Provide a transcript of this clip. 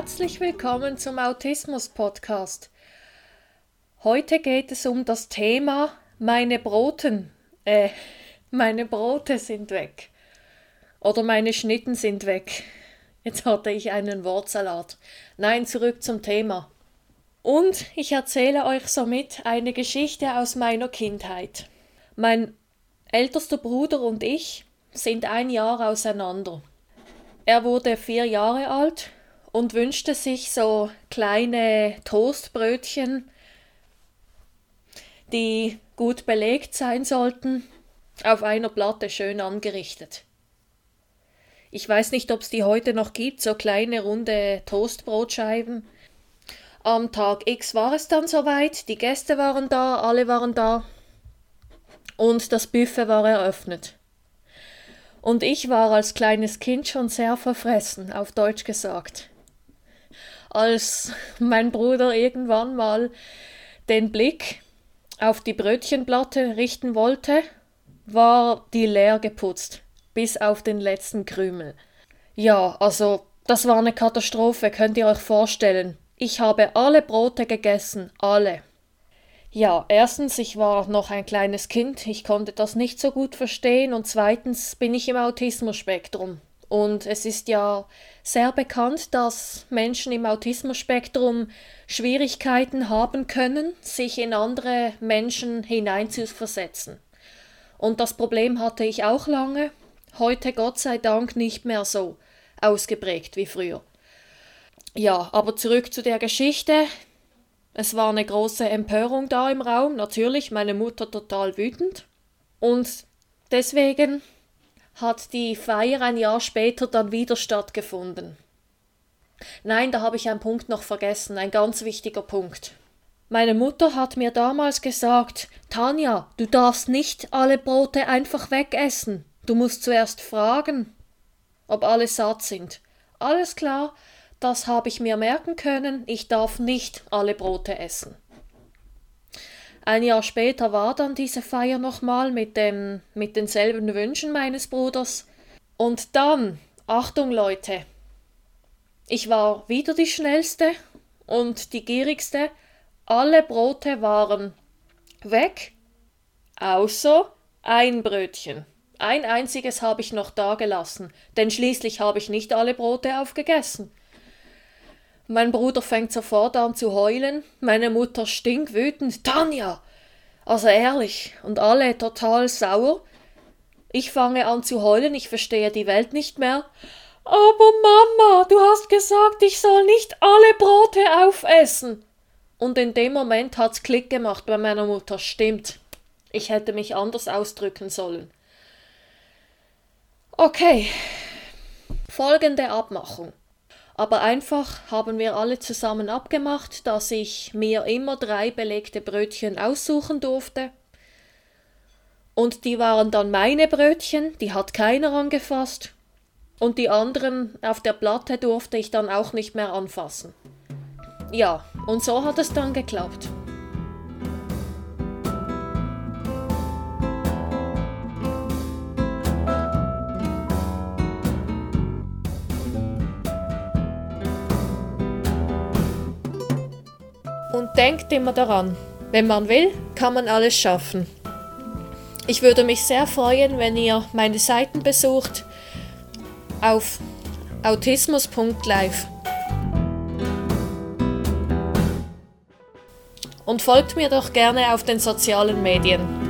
Herzlich willkommen zum Autismus-Podcast. Heute geht es um das Thema meine Brote sind weg. Oder meine Schnitten sind weg. Jetzt hatte ich einen Wortsalat. Nein, zurück zum Thema. Und ich erzähle euch somit eine Geschichte aus meiner Kindheit. Mein ältester Bruder und ich sind 1 Jahr auseinander. Er wurde 4 Jahre alt und wünschte sich so kleine Toastbrötchen, die gut belegt sein sollten, auf einer Platte schön angerichtet. Ich weiß nicht, ob es die heute noch gibt, so kleine runde Toastbrotscheiben. Am Tag X war es dann soweit, die Gäste waren da, alle waren da und das Buffet war eröffnet. Und ich war als kleines Kind schon sehr verfressen, auf Deutsch gesagt. Als mein Bruder irgendwann mal den Blick auf die Brötchenplatte richten wollte, war die leer geputzt, bis auf den letzten Krümel. Ja, also, das war eine Katastrophe, könnt ihr euch vorstellen. Ich habe alle Brote gegessen, alle. Ja, erstens, ich war noch ein kleines Kind, ich konnte das nicht so gut verstehen und zweitens bin ich im Autismus-Spektrum. Und es ist ja sehr bekannt, dass Menschen im Autismus-Spektrum Schwierigkeiten haben können, sich in andere Menschen hineinzuversetzen. Und das Problem hatte ich auch lange, heute Gott sei Dank nicht mehr so ausgeprägt wie früher. Ja, aber zurück zu der Geschichte. Es war eine große Empörung da im Raum, natürlich, meine Mutter total wütend. Und deswegen hat die Feier 1 Jahr später dann wieder stattgefunden. Nein, da habe ich einen Punkt noch vergessen, ein ganz wichtiger Punkt. Meine Mutter hat mir damals gesagt, Tanja, du darfst nicht alle Brote einfach wegessen. Du musst zuerst fragen, ob alle satt sind. Alles klar, das habe ich mir merken können, ich darf nicht alle Brote essen. 1 Jahr später war dann diese Feier nochmal mit denselben Wünschen meines Bruders. Und dann, Achtung Leute, ich war wieder die Schnellste und die Gierigste. Alle Brote waren weg, außer ein Brötchen. Ein einziges habe ich noch dagelassen, denn schließlich habe ich nicht alle Brote aufgegessen. Mein Bruder fängt sofort an zu heulen, meine Mutter stinkwütend, Tanja! Also ehrlich, und alle total sauer. Ich fange an zu heulen, ich verstehe die Welt nicht mehr. Aber Mama, du hast gesagt, ich soll nicht alle Brote aufessen. Und in dem Moment hat's Klick gemacht bei meiner Mutter, stimmt. Ich hätte mich anders ausdrücken sollen. Okay, folgende Abmachung. Aber einfach haben wir alle zusammen abgemacht, dass ich mir immer 3 belegte Brötchen aussuchen durfte. Und die waren dann meine Brötchen, die hat keiner angefasst. Und die anderen auf der Platte durfte ich dann auch nicht mehr anfassen. Ja, und so hat es dann geklappt. Und denkt immer daran, wenn man will, kann man alles schaffen. Ich würde mich sehr freuen, wenn ihr meine Seiten besucht auf autismus.live. Und folgt mir doch gerne auf den sozialen Medien.